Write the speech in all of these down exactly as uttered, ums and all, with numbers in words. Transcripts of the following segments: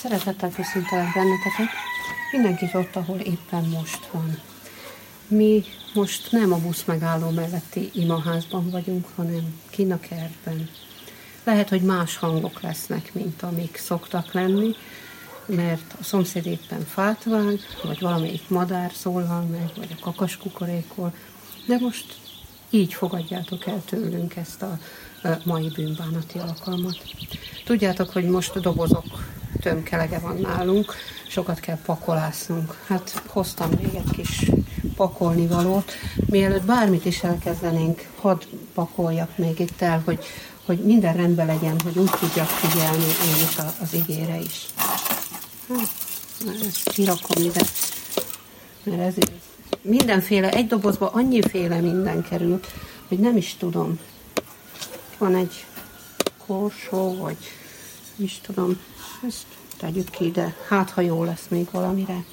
Szeretettel köszöntelek benneteket, mindenkit ott, ahol éppen most van. Mi most nem a busz megálló melletti imaházban vagyunk, hanem kinn a kertben. Lehet, hogy más hangok lesznek, mint amik szoktak lenni, mert a szomszéd éppen fát vág, vagy valamelyik madár szólal meg, vagy a kakas kukorékol, de most így fogadjátok el tőlünk ezt a mai bűnbánati alkalmat. Tudjátok, hogy most dobozok tömkelege van nálunk, sokat kell pakolásznunk. Hát hoztam még egy kis pakolnivalót. Mielőtt bármit is elkezdenénk, hadd pakoljak még itt el, hogy, hogy minden rendben legyen, hogy úgy tudjak figyelni én itt az igére is. Hát, ezt kirakom ide, mert ez mindenféle, egy dobozba annyiféle minden került, hogy nem is tudom. Van egy korsó, vagy is tudom, ezt tegyük ki ide, hát ha jó lesz még valamire.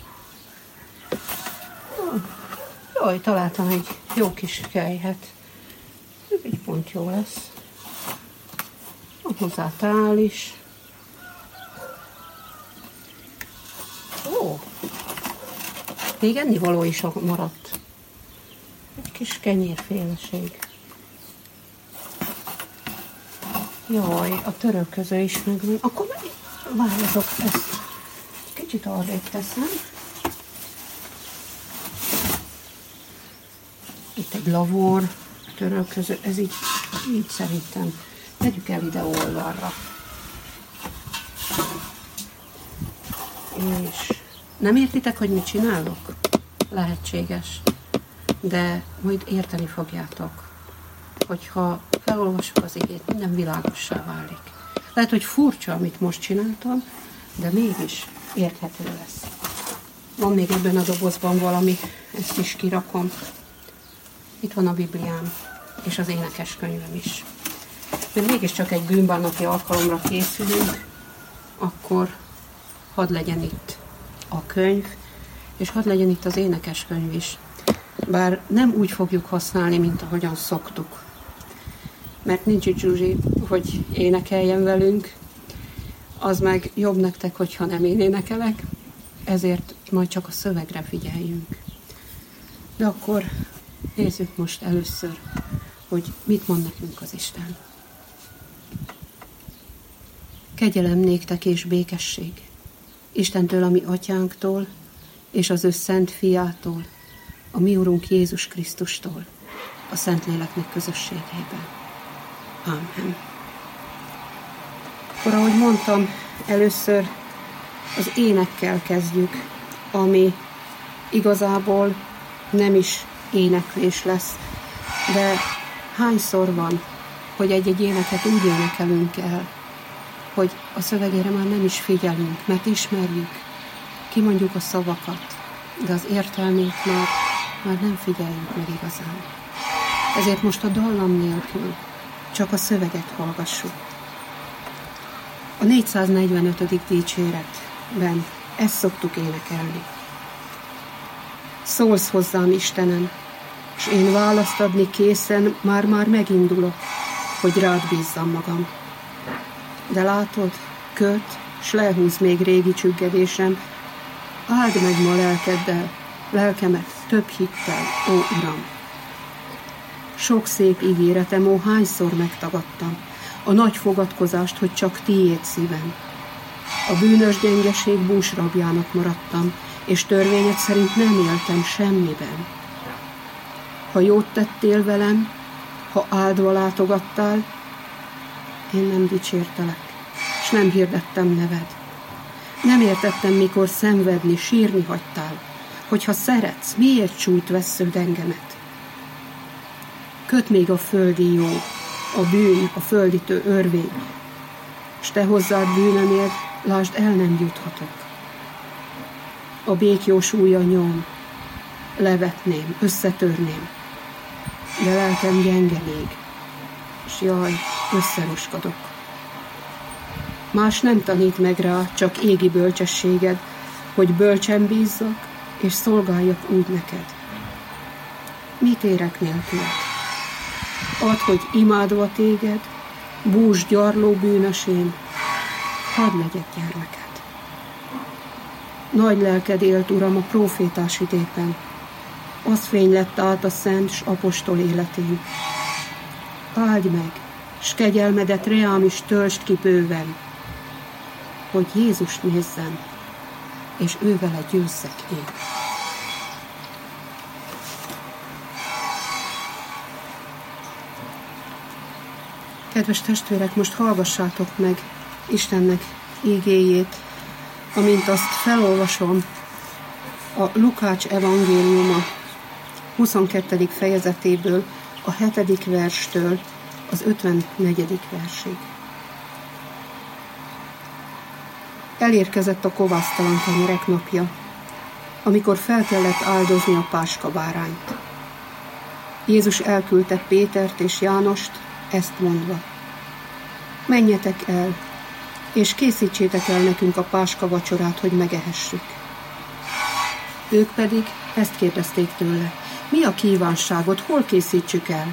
Jaj, találtam egy jó kis kelyhet. Ez így pont jó lesz. Van hozzá tál is. Ó, még ennivaló is maradt. Egy kis kenyérféleség. Jaj, a törölköző is megvan. Akkor várjatok, ezt kicsit arrébb teszem. Itt egy lavor, törölköző, ez így, így szerintem. Tegyük el ide oldalra. És nem értitek, hogy mit csinálok? Lehetséges. De majd érteni fogjátok, hogyha felolvassuk az igét, minden világossá válik. Lehet, hogy furcsa, amit most csináltam, de mégis érthető lesz. Van még ebben a dobozban valami, ezt is kirakom. Itt van a Bibliám, és az énekeskönyvem is. Mert mégiscsak egy bűnbánati alkalomra készülünk, akkor hadd legyen itt a könyv, és hadd legyen itt az énekeskönyv is. Bár nem úgy fogjuk használni, mint ahogyan szoktuk. Mert nincs itt Zsuzsi, hogy énekeljen velünk, az meg jobb nektek, hogyha nem én énekelek, ezért majd csak a szövegre figyeljünk. De akkor nézzük most először, hogy mit mond nekünk az Isten. Kegyelem néktek és békesség, Istentől, a mi atyánktól, és az ő szent fiától, a mi Urunk Jézus Krisztustól, a Szentléleknek közösségében. Amen. Akkor, ahogy mondtam, először az énekkel kezdjük, ami igazából nem is éneklés lesz, de hányszor van, hogy egy-egy éneket úgy énekelünk el, hogy a szövegére már nem is figyelünk, mert ismerjük, kimondjuk a szavakat, de az értelmét már, már nem figyeljünk meg igazán. Ezért most a dallam nélkül csak a szöveget hallgassuk. A négyszáznegyvenötödik dicséretben ezt szoktuk énekelni. Szólsz hozzám, Istenem, és én választ adni készen már-már megindulok, hogy rád bízzam magam. De látod, köt, s lehúz még régi csüggedésem, áld meg ma lelkeddel, lelkemet több hittel, ó Uram. Sok szép ígéretem, ó, hányszor megtagadtam, a nagy fogadkozást, hogy csak tiéd szívem. A bűnös gyengeség búsrabjának maradtam, és törvényed szerint nem éltem semmiben. Ha jót tettél velem, ha áldva látogattál, én nem dicsértelek, és nem hirdettem neved. Nem értettem, mikor szenvedni, sírni hagytál, hogyha szeretsz, miért sújt vessződ engemet? Köt még a földi jó, a bűn, a földítő örvény, s te hozzád bűnömért, lásd, el nem juthatok. A békjó súlya nyom, levetném, összetörném, de lelkem gyenge még, s jaj, összeroskadok. Más nem tanít meg rá, csak égi bölcsességed, hogy bölcsen bízzak, és szolgáljak úgy neked. Mit érek nélküled? Add, hogy imádva téged, bús gyarló bűnösém, hadd legyek gyermeked. Nagy lelked élt, Uram, a prófétás idében. Az fény lett át a szent s apostol életén. Áldj meg, s kegyelmedet reám is töltsd ki bőven, hogy Jézust nézzem, és ő vele győzzek én. Kedves testvérek, most hallgassátok meg Istennek ígéjét, amint azt felolvasom a Lukács evangéliuma huszonkettedik fejezetéből, a hetedik verstől az ötvennegyedik versig. Elérkezett a kovásztalan kenyerek napja, amikor fel kellett áldozni a páskabárányt. Jézus elküldte Pétert és Jánost, ezt mondva: menjetek el, és készítsétek el nekünk a páska vacsorát, hogy megehessük. Ők pedig ezt kérdezték tőle: mi a kívánságod, hol készítsük el?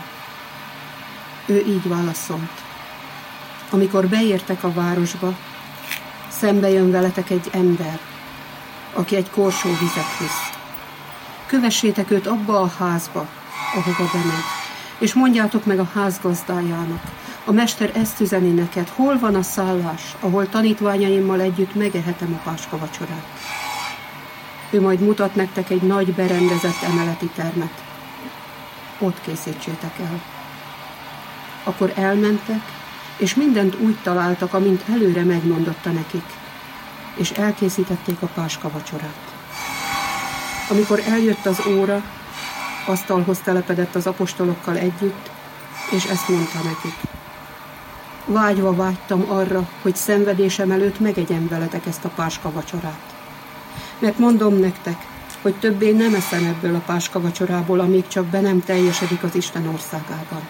Ő így válaszolt: amikor beértek a városba, szembe jön veletek egy ember, aki egy korsó vizet visz. Kövessétek őt abba a házba, ahova bemegy, és mondjátok meg a házgazdájának: a mester ezt üzeni neked, hol van a szállás, ahol tanítványaimmal együtt megehetem a páska vacsorát. Ő majd mutat nektek egy nagy berendezett emeleti termet. Ott készítsétek el. Akkor elmentek, és mindent úgy találtak, amint előre megmondotta nekik, és elkészítették a páska vacsorát. Amikor eljött az óra, asztalhoz telepedett az apostolokkal együtt, és ezt mondta nekik: vágyva vágytam arra, hogy szenvedésem előtt megegyem veletek ezt a páska vacsorát. Mert mondom nektek, hogy többé nem eszem ebből a páska vacsorából, amíg csak be nem teljesedik az Isten országában.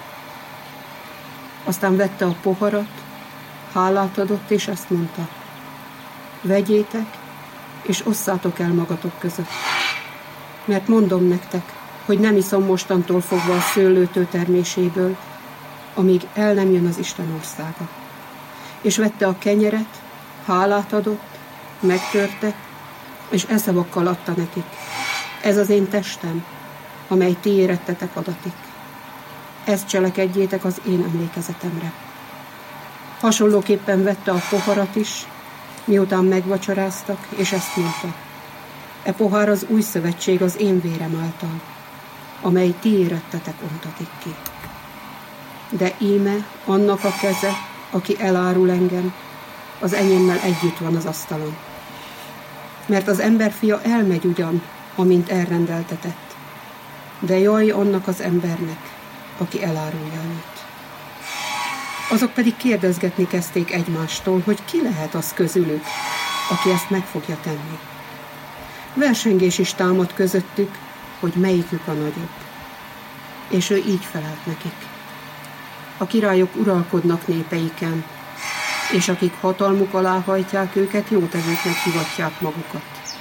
Aztán vette a poharat, hálát adott, és ezt mondta: vegyétek, és osszátok el magatok között. Mert mondom nektek, hogy nem iszom mostantól fogva a szőlőtő terméséből, amíg el nem jön az Isten országa. És vette a kenyeret, hálát adott, megtörte, és eszevakkal adta nekik: ez az én testem, amely ti érettetek adatik. Ezt cselekedjétek az én emlékezetemre. Hasonlóképpen vette a poharat is, miután megvacsoráztak, és ezt mondta: e pohár az új szövetség az én vérem által, amely ti érettetek ontatik ki. De íme annak a keze, aki elárul engem, az enyémmel együtt van az asztalon. Mert az emberfia elmegy ugyan, amint elrendeltetett, de jaj annak az embernek, aki elárulja őt. Azok pedig kérdezgetni kezdték egymástól, hogy ki lehet az közülük, aki ezt meg fogja tenni. Versengés is támad közöttük, hogy melyikük a nagyobb. És ő így felelt nekik: a királyok uralkodnak népeiken, és akik hatalmuk alá hajtják őket, jótevőknek hivatják magukat.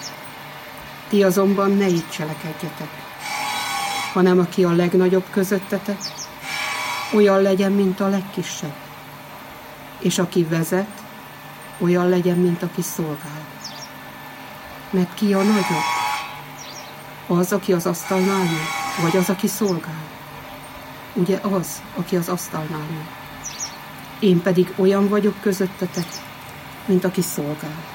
Ti azonban ne így cselekedjetek, hanem aki a legnagyobb közöttetek, olyan legyen, mint a legkisebb, és aki vezet, olyan legyen, mint aki szolgál. Mert ki a nagyobb? Az, aki az asztalnál ül, vagy az, aki szolgál? Ugye az, aki az asztalnál ül. Én pedig olyan vagyok közöttetek, mint aki szolgál.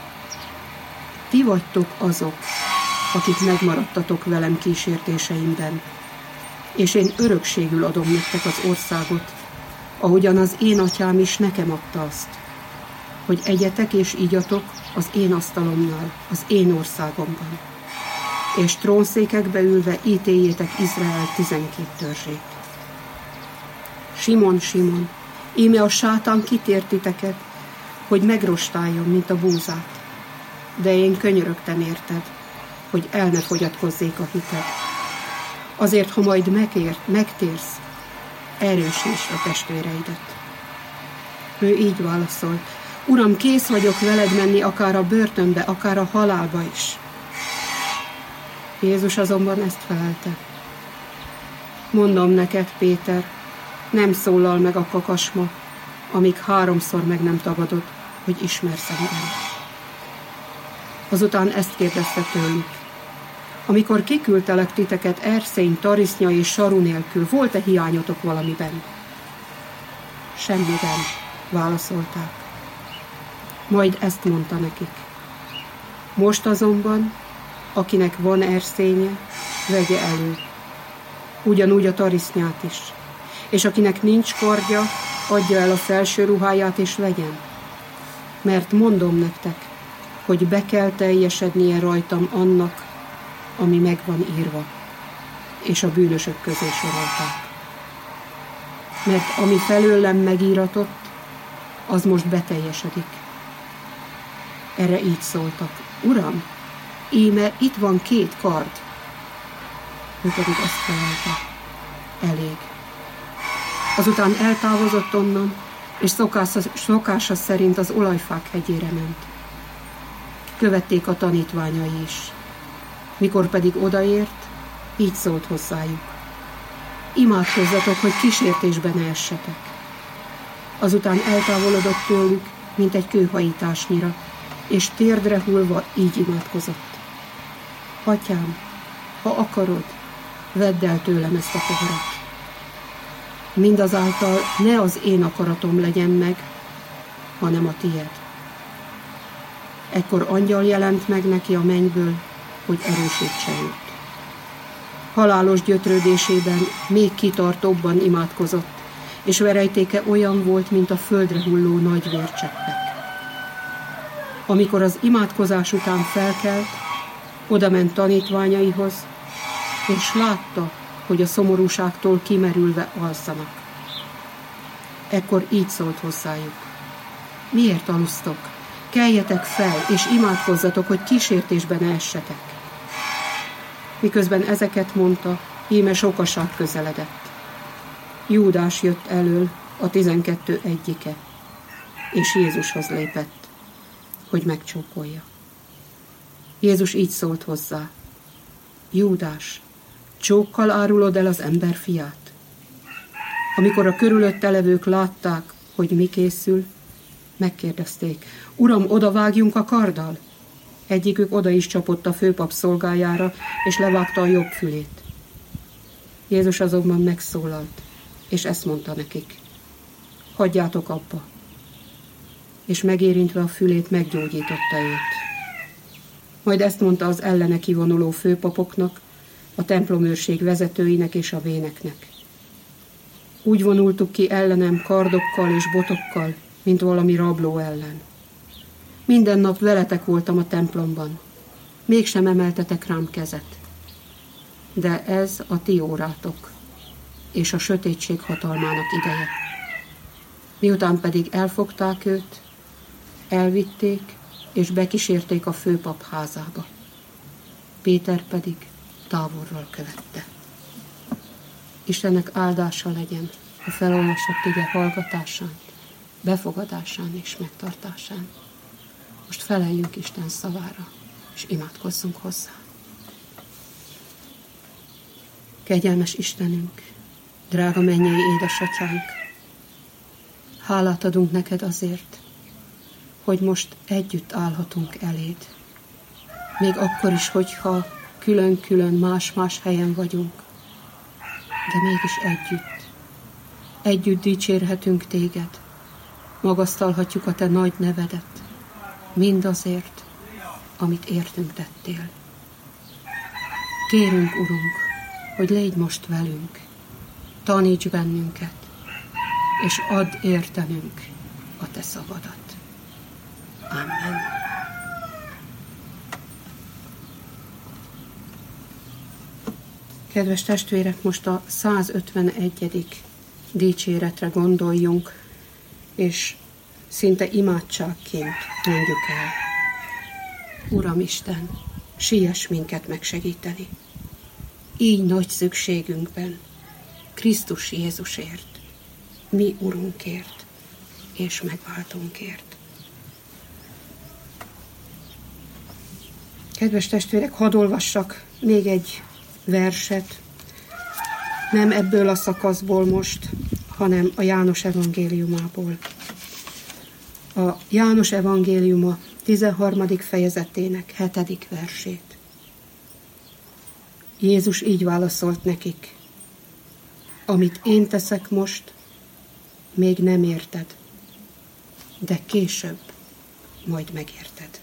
Ti vagytok azok, akik megmaradtatok velem kísértéseimben, és én örökségül adom nektek az országot, ahogyan az én atyám is nekem adta azt, hogy egyetek és igyatok az én asztalomnál, az én országomban, és trónszékekbe ülve ítéljétek Izrael tizenkét törzsét. Simon, Simon, íme a sátán kitért titeket, hogy megrostáljon, mint a búzát, de én könyörögtem érted, hogy el ne fogyatkozzék a hited. Azért, ha majd megért, megtérsz, erősítsd a testvéreidet. Ő így válaszolt: Uram, kész vagyok veled menni akár a börtönbe, akár a halálba is. Jézus azonban ezt felelte: mondom neked, Péter, nem szólal meg a kakasma, amíg háromszor meg nem tagadod, hogy ismersz engem. Azután ezt kérdezte tőlük: amikor kiküldtelek titeket erszény, tarisznya és saru nélkül, volt-e hiányotok valamiben? Semmiben, válaszolták. Majd ezt mondta nekik: most azonban, akinek van erszénye, vegye elő, ugyanúgy a tarisznyát is, és akinek nincs kardja, adja el a felső ruháját és vegyen. Mert mondom nektek, hogy be kell teljesednie rajtam annak, ami meg van írva, és a bűnösök közé sorolták. Mert ami felőlem megíratott, az most beteljesedik. Erre így szóltak: Uram, íme itt van két kard. Ő pedig ezt felelte: elég. Azután eltávozott onnan, és szokása, szokása szerint az olajfák hegyére ment. Követték a tanítványai is. Mikor pedig odaért, így szólt hozzájuk: imádkozzatok, hogy kísértésbe ne essetek. Azután eltávolodott tőlük, mint egy kőhajításnyira, és térdre hullva így imádkozott: Atyám, ha akarod, vedd el tőlem ezt a poharat. Mindazáltal ne az én akaratom legyen meg, hanem a tied. Ekkor angyal jelent meg neki a mennyből, hogy erősítse őt. Halálos gyötrődésében még kitartóbban imádkozott, és verejtéke olyan volt, mint a földre hulló nagy vércseppek. Amikor az imádkozás után felkelt, odament tanítványaihoz, és látta, hogy a szomorúságtól kimerülve alszanak. Ekkor így szólt hozzájuk: miért alusztok? Keljetek fel, és imádkozzatok, hogy kísértésbe ne essetek. Miközben ezeket mondta, íme sokaság közeledett. Júdás jött elől, a tizenkettő egyike, és Jézushoz lépett, hogy megcsókolja. Jézus így szólt hozzá: Júdás, csókkal árulod el az ember fiát? Amikor a körülötte levők látták, hogy mi készül, megkérdezték: Uram, odavágjunk a karddal? Egyikük oda is csapott a főpap szolgájára, és levágta a jobb fülét. Jézus azonban megszólalt, és ezt mondta nekik: hagyjátok abba. És megérintve a fülét, meggyógyította őt. Majd ezt mondta az ellene kivonuló főpapoknak, a templomőrség vezetőinek és a véneknek: úgy vonultuk ki ellenem kardokkal és botokkal, mint valami rabló ellen. Minden nap veletek voltam a templomban, mégsem emeltetek rám kezet. De ez a ti órátok, és a sötétség hatalmának ideje. Miután pedig elfogták őt, elvitték, és bekísérték a főpap házába. Péter pedig távolról követte. Istennek áldása legyen a felolvasott ige hallgatásán, befogadásán és megtartásán. Most feleljünk Isten szavára, és imádkozzunk hozzá. Kegyelmes Istenünk, drága mennyei édesatyánk, hálát adunk neked azért, hogy most együtt állhatunk eléd. Még akkor is, hogyha külön-külön más-más helyen vagyunk, de mégis együtt. Együtt dicsérhetünk téged, magasztalhatjuk a te nagy nevedet, mindazért, amit értünk tettél. Kérünk, Urunk, hogy légy most velünk, taníts bennünket, és add értenünk a te szavadat. Amen. Kedves testvérek, most a százötvenegyedik dicséretre gondoljunk, és szinte imádságként mondjuk el: Uram Isten, siess minket megsegíteni. Így nagy szükségünkben, Krisztus Jézusért, mi Urunkért és megváltónkért. Kedves testvérek, hadd olvassak még egy verset, nem ebből a szakaszból most, hanem a János evangéliumából. A János evangéliuma tizenharmadik fejezetének hetedik versét. Jézus így válaszolt nekik: amit én teszek most, még nem érted, de később majd megérted.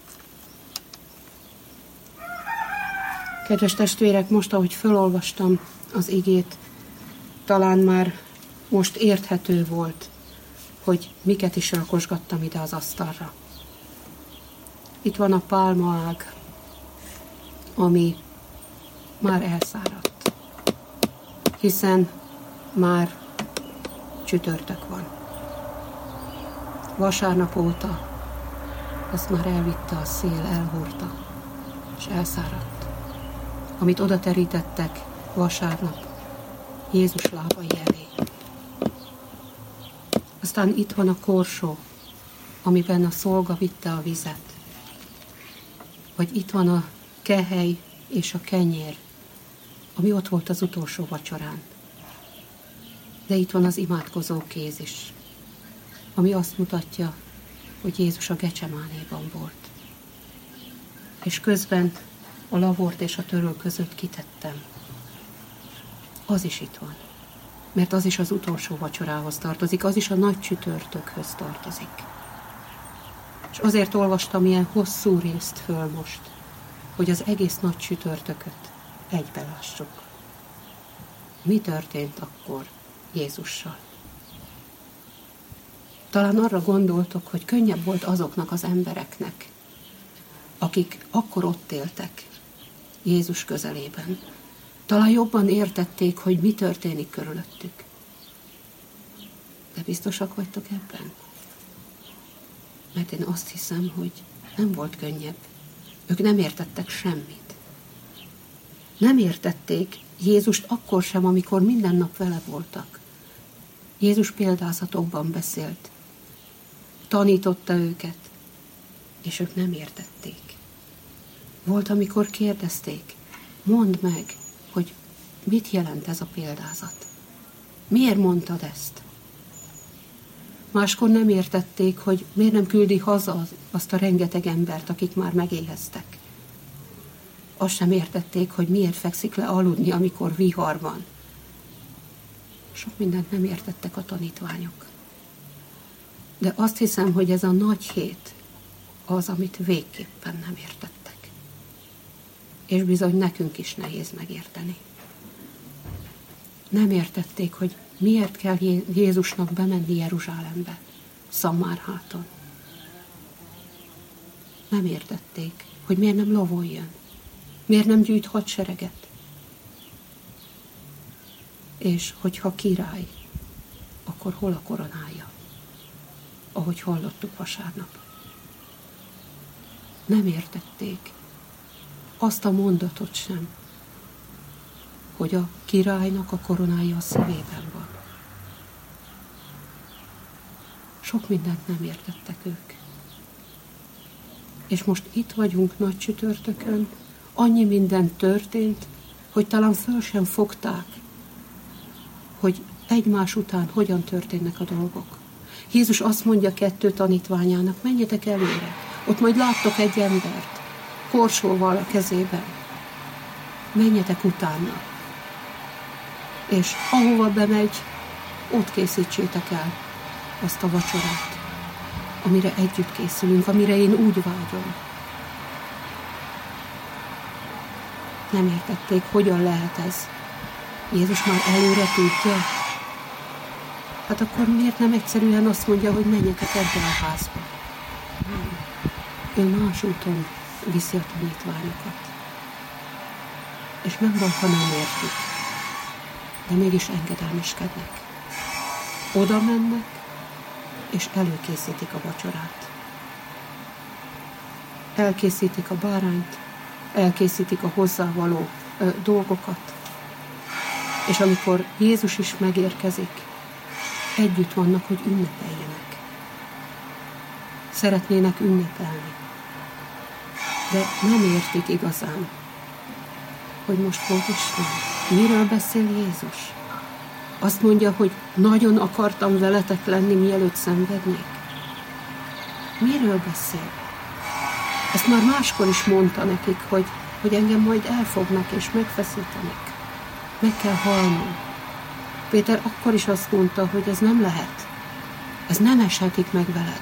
Kedves testvérek, most, ahogy felolvastam az igét, talán már most érthető volt, hogy miket is rakosgattam ide az asztalra. Itt van a pálmaág, ami már elszáradt, hiszen már csütörtök van. Vasárnap óta azt már elvitte a szél, elhordta, és elszáradt. Amit oda terítettek vasárnap, Jézus lábai elé. Aztán itt van a korsó, amiben a szolga vitte a vizet. Vagy itt van a kehely és a kenyér, ami ott volt az utolsó vacsorán. De itt van az imádkozó kéz is, ami azt mutatja, hogy Jézus a Gecsemánéban volt. És közben a lavort és a töröl között kitettem. Az is itt van, mert az is az utolsó vacsorához tartozik, az is a nagy csütörtökhöz tartozik. És azért olvastam ilyen hosszú részt föl most, hogy az egész nagy csütörtököt egybelássuk. Mi történt akkor Jézussal? Talán arra gondoltok, hogy könnyebb volt azoknak az embereknek, akik akkor ott éltek Jézus közelében. Talán jobban értették, hogy mi történik körülöttük. De biztosak vagytok ebben? Mert én azt hiszem, hogy nem volt könnyebb. Ők nem értettek semmit. Nem értették Jézust akkor sem, amikor minden nap vele voltak. Jézus példázatokban beszélt. Tanította őket, és ők nem értették. Volt, amikor kérdezték, mondd meg, hogy mit jelent ez a példázat. Miért mondtad ezt? Máskor nem értették, hogy miért nem küldi haza azt a rengeteg embert, akik már megéheztek. Azt sem értették, hogy miért fekszik le aludni, amikor vihar van. Sok mindent nem értettek a tanítványok. De azt hiszem, hogy ez a nagy hét az, amit végképpen nem értettek. És bizony nekünk is nehéz megérteni. Nem értették, hogy miért kell Jézusnak bemenni Jeruzsálembe, Szamárháton. Nem értették, hogy miért nem lovoljon, miért nem gyűjt hadsereget. És hogyha király, akkor hol a koronája, ahogy hallottuk vasárnap. Nem értették azt a mondatot sem, hogy a királynak a koronája a szívében van. Sok mindent nem értettek ők. És most itt vagyunk nagy csütörtökön, annyi minden történt, hogy talán föl sem fogták, hogy egymás után hogyan történnek a dolgok. Jézus azt mondja kettő tanítványának, menjetek előre, ott majd láttok egy embert, korsóval a kezében. Menjetek utána. És ahova bemegy, ott készítsétek el azt a vacsorát, amire együtt készülünk, amire én úgy vágyom. Nem értették, hogyan lehet ez. Jézus már előre tudja. Hát akkor miért nem egyszerűen azt mondja, hogy menjetek ebbe a házba? Nem. Ő más úton viszi a tanítványokat. És nem van, ha nem értik. De mégis engedelmeskednek. Oda mennek, és előkészítik a vacsorát. Elkészítik a bárányt, elkészítik a hozzávaló ö, dolgokat. És amikor Jézus is megérkezik, együtt vannak, hogy ünnepeljenek. Szeretnének ünnepelni. De nem értik igazán, hogy most hol is van. Miről beszél Jézus? Azt mondja, hogy nagyon akartam veletek lenni, mielőtt szenvednék. Miről beszél? Ezt már máskor is mondta nekik, hogy, hogy engem majd elfognak és megfeszítenek. Meg kell halnom. Péter akkor is azt mondta, hogy ez nem lehet. Ez nem eshetik meg veled.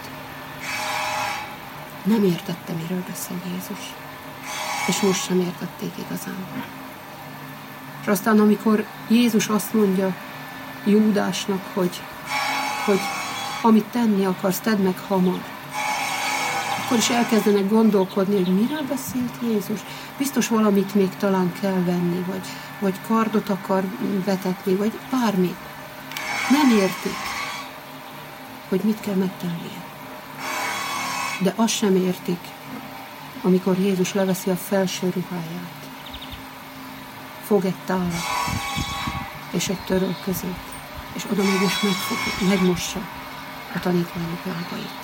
Nem értette, miről beszél Jézus. És most sem értették igazán. És aztán, amikor Jézus azt mondja Júdásnak, hogy, hogy amit tenni akarsz, tedd meg hamar, akkor is elkezdenek gondolkodni, hogy miről beszélt Jézus. Biztos valamit még talán kell venni, vagy, vagy kardot akar vetetni, vagy bármi. Nem értik, hogy mit kell megtennie. De azt sem értik, amikor Jézus leveszi a felső ruháját. Fog egy tálat és egy törölközőt, és oda még is megfog, megmossa a tanítványok lábait.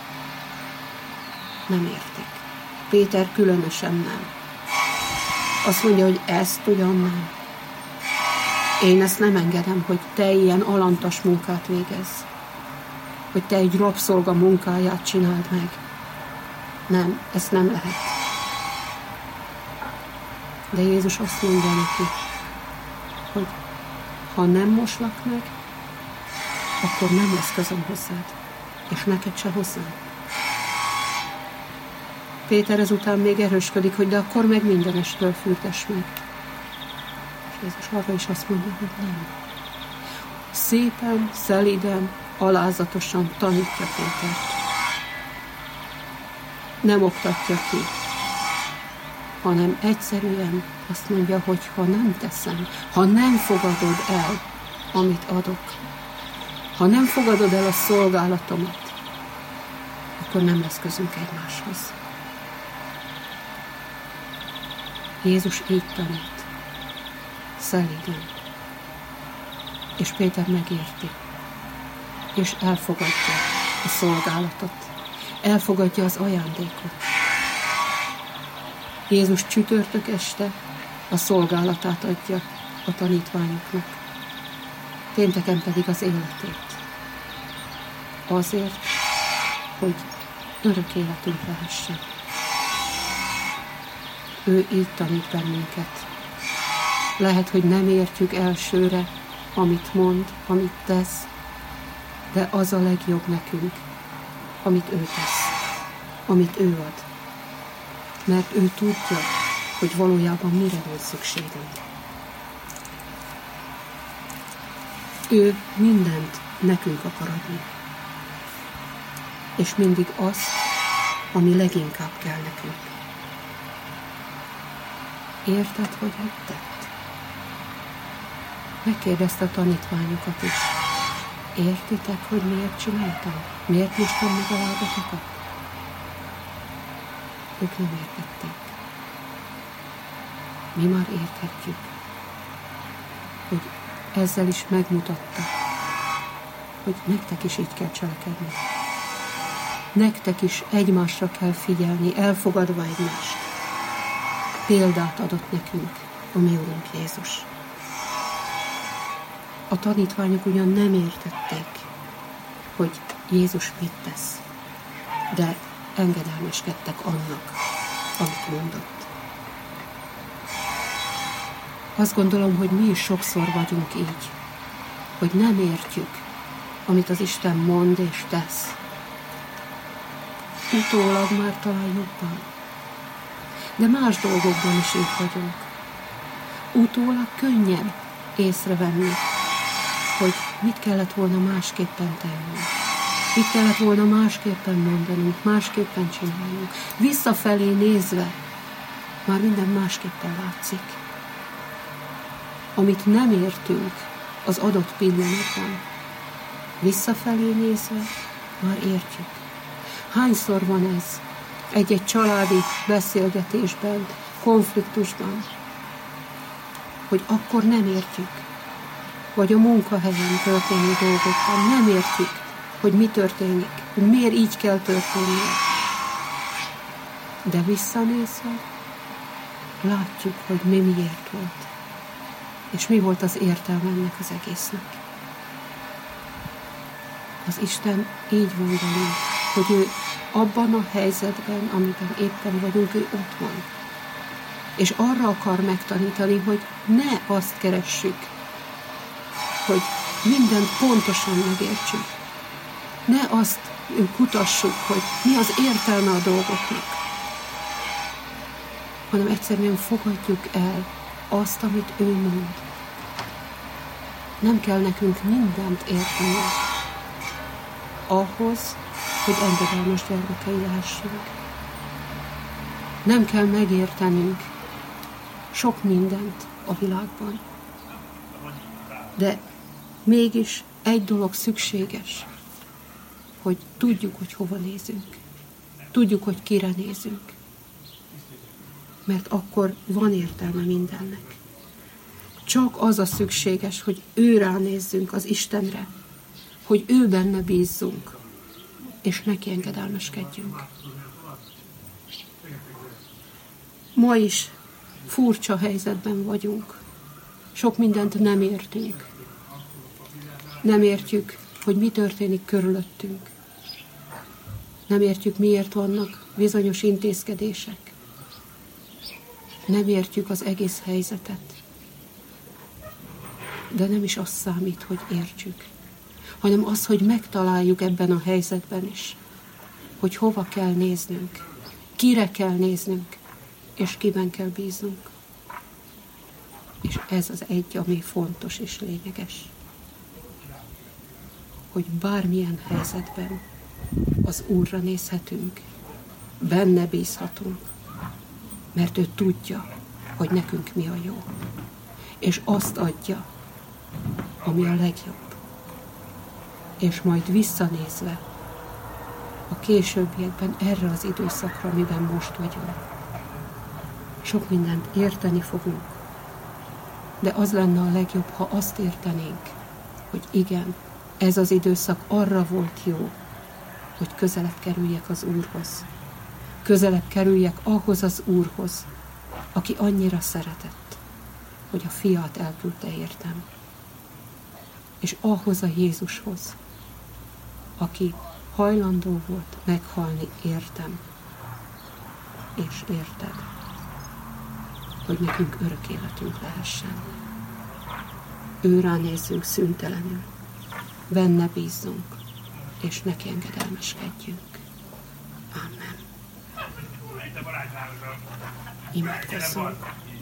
Nem értik. Péter különösen nem. Azt mondja, hogy ezt ugyan nem. Én ezt nem engedem, hogy te ilyen alantas munkát végezz. Hogy te egy rabszolga munkáját csináld meg. Nem, ezt nem lehet. De Jézus azt mondja neki, hogy ha nem moslak meg, akkor nem lesz közöm hozzád, és neked se hozzám. Péter ezután még erősködik, hogy de akkor meg mindenestől fürdess meg. És Jézus arra is azt mondja, hogy nem. Szépen, szelíden, alázatosan tanítja Pétert. Nem oktatja ki, hanem egyszerűen azt mondja, hogy ha nem teszem, ha nem fogadod el, amit adok, ha nem fogadod el a szolgálatomat, akkor nem lesz közünk egymáshoz. Jézus így tanít, szelíden, és Péter megérti, és elfogadja a szolgálatot, elfogadja az ajándékot. Jézus csütörtök este a szolgálatát adja a tanítványoknak, pénteken pedig az életét. Azért, hogy örök életünk lehessen. Ő így tanít bennünket. Lehet, hogy nem értjük elsőre, amit mond, amit tesz, de az a legjobb nekünk, amit ő tesz, amit ő ad. Mert ő tudja, hogy valójában mire van szükségünk. Ő mindent nekünk akar adni. És mindig azt, ami leginkább kell nekünk. Érted, hogy mit tett? Megkérdezte a tanítványokat is. Értitek, hogy miért csináltam? Miért mostam meg a lábatokat? Ők nem értették. Mi már érthetjük, hogy ezzel is megmutatta, hogy nektek is így kell cselekedni. Nektek is egymásra kell figyelni, elfogadva egymást. Példát adott nekünk a mi Urunk Jézus. A tanítványok ugyan nem értették, hogy Jézus mit tesz, de engedelmeskedtek annak, amit mondott. Azt gondolom, hogy mi is sokszor vagyunk így, hogy nem értjük, amit az Isten mond és tesz. Utólag már talán jobban, de más dolgokban is így vagyunk. Utólag könnyebb észrevenni, hogy mit kellett volna másképpen tennünk. Mit kellett volna másképpen mondanunk, másképpen csinálnunk. Visszafelé nézve már minden másképpen látszik. Amit nem értünk az adott pillanatban, visszafelé nézve már értjük. Hányszor van ez egy-egy családi beszélgetésben, konfliktusban, hogy akkor nem értjük, vagy a munkahelyen történő dolgokban nem értjük, hogy mi történik, hogy miért így kell történnie. De visszanézve látjuk, hogy mi miért volt, és mi volt az értelme ennek az egésznek. Az Isten így van velünk, hogy ő abban a helyzetben, amiben éppen vagyunk, ő ott van. És arra akar megtanítani, hogy ne azt keressük, hogy mindent pontosan megértsük. Ne azt kutassuk, hogy mi az értelme a dolgoknak, hanem egyszerűen fogadjuk el azt, amit ő mond. Nem kell nekünk mindent érteni ahhoz, hogy engedelmes gyermekei lehessünk. Nem kell megértenünk sok mindent a világban. De mégis egy dolog szükséges, hogy tudjuk, hogy hova nézünk. Tudjuk, hogy kire nézünk. Mert akkor van értelme mindennek. Csak az a szükséges, hogy ő ránézzünk, az Istenre, hogy ő benne bízzunk, és neki engedelmeskedjünk. Ma is furcsa helyzetben vagyunk. Sok mindent nem értünk. Nem értjük, hogy mi történik körülöttünk. Nem értjük, miért vannak bizonyos intézkedések. Nem értjük az egész helyzetet. De nem is az számít, hogy értsük, hanem az, hogy megtaláljuk ebben a helyzetben is, hogy hova kell néznünk, kire kell néznünk, és kiben kell bíznunk. És ez az egy, ami fontos és lényeges. Hogy bármilyen helyzetben az Úrra nézhetünk, benne bízhatunk, mert ő tudja, hogy nekünk mi a jó. És azt adja, ami a legjobb. És majd visszanézve a későbbiekben erre az időszakra, amiben most vagyunk, sok mindent érteni fogunk, de az lenne a legjobb, ha azt értenénk, hogy igen, ez az időszak arra volt jó, hogy közelebb kerüljek az Úrhoz. Közelebb kerüljek ahhoz az Úrhoz, aki annyira szeretett, hogy a fiát elküldte értem. És ahhoz a Jézushoz, aki hajlandó volt meghalni értem, és érted, hogy nekünk örök életünk lehessen. Ő ránézzünk szüntelenül, benne bízzunk, és neki engedelmeskedjünk. Amen. Imádkozzunk.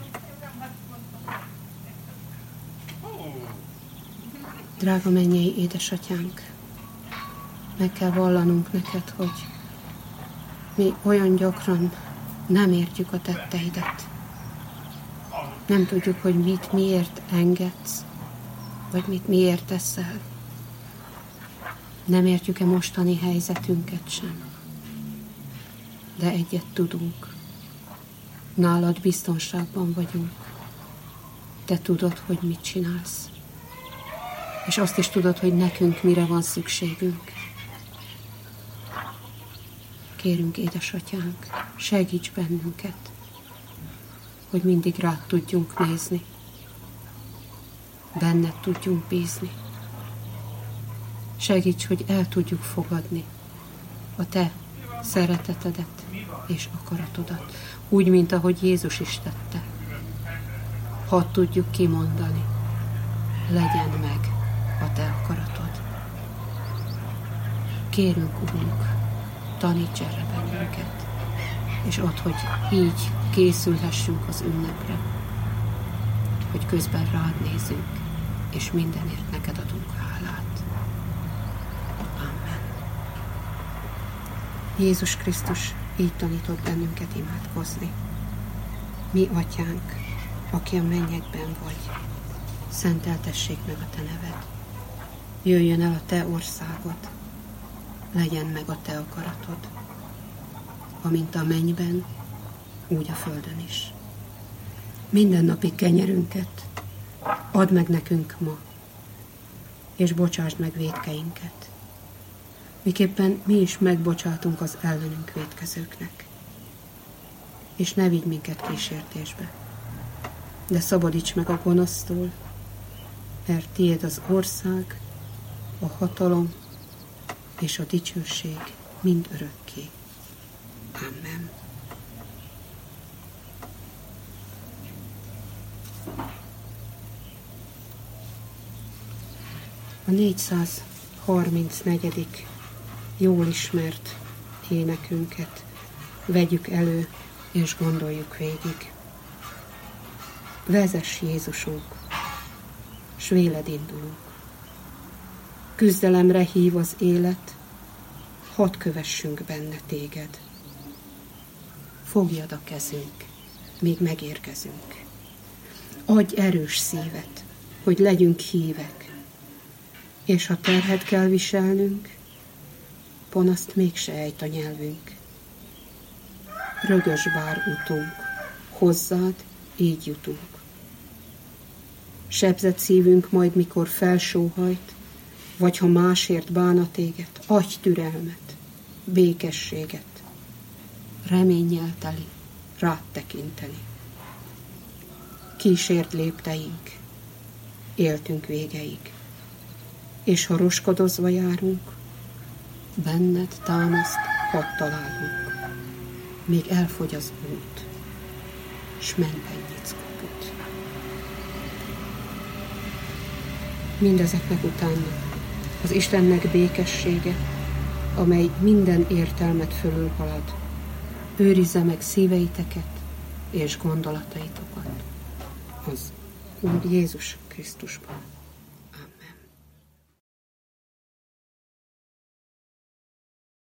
Drága mennyei édesatyánk, meg kell vallanunk neked, hogy mi olyan gyakran nem értjük a tetteidet. Nem tudjuk, hogy mit miért engedsz, vagy mit miért teszel. Nem értjük-e mostani helyzetünket sem. De egyet tudunk. Nálad biztonságban vagyunk. Te tudod, hogy mit csinálsz. És azt is tudod, hogy nekünk mire van szükségünk. Kérünk, édesatyánk, segíts bennünket, hogy mindig rád tudjunk nézni. Benned tudjunk bízni. Segíts, hogy el tudjuk fogadni a te szeretetedet és akaratodat, úgy, mint ahogy Jézus is tette. Hadd tudjuk kimondani, legyen meg a te akaratod. Kérünk, Urunk, taníts erre bennünket, és add, hogy így készülhessünk az ünnepre, hogy közben rád nézünk, és mindenért neked adunk hálát. Amen. Jézus Krisztus így tanított bennünket imádkozni. Mi, Atyánk, aki a mennyekben vagy, szenteltessék meg a te neved. Jöjjön el a te országod, legyen meg a te akaratod, amint a mennyben, úgy a földön is. Mindennapi kenyerünket add meg nekünk ma, és bocsásd meg vétkeinket, miképpen mi is megbocsátunk az ellenünk vétkezőknek. És ne vigy minket kísértésbe, de szabadíts meg a gonosztól, mert tiéd az ország, a hatalom és a dicsőség mind örökké. Amen. A négyszázharmincnegyedik jól ismert énekünket vegyük elő, és gondoljuk végig. Vezess Jézusunk, s véled indulunk. Küzdelemre hív az élet, hadd kövessünk benne téged. Fogjad a kezünk, míg megérkezünk. Adj erős szívet, hogy legyünk hívek, és ha terhet kell viselnünk, panaszt mégse ejt a nyelvünk. Rögös bár utunk, hozzád így jutunk. Sebzett szívünk majd, mikor felsóhajt, vagy ha másért bánat éget, adj türelmet, békességet, reménnyel teli, rád tekinteni. Kísért lépteink, éltünk végeig, és ha roskodozva járunk, benned támaszt hadd találunk, még elfogy az út, s mennyben nyitsz kaput. Mindezeknek utána az Istennek békessége, amely minden értelmet fölülhalad, őrizze meg szíveiteket és gondolataitokat az Úr Jézus Krisztusban.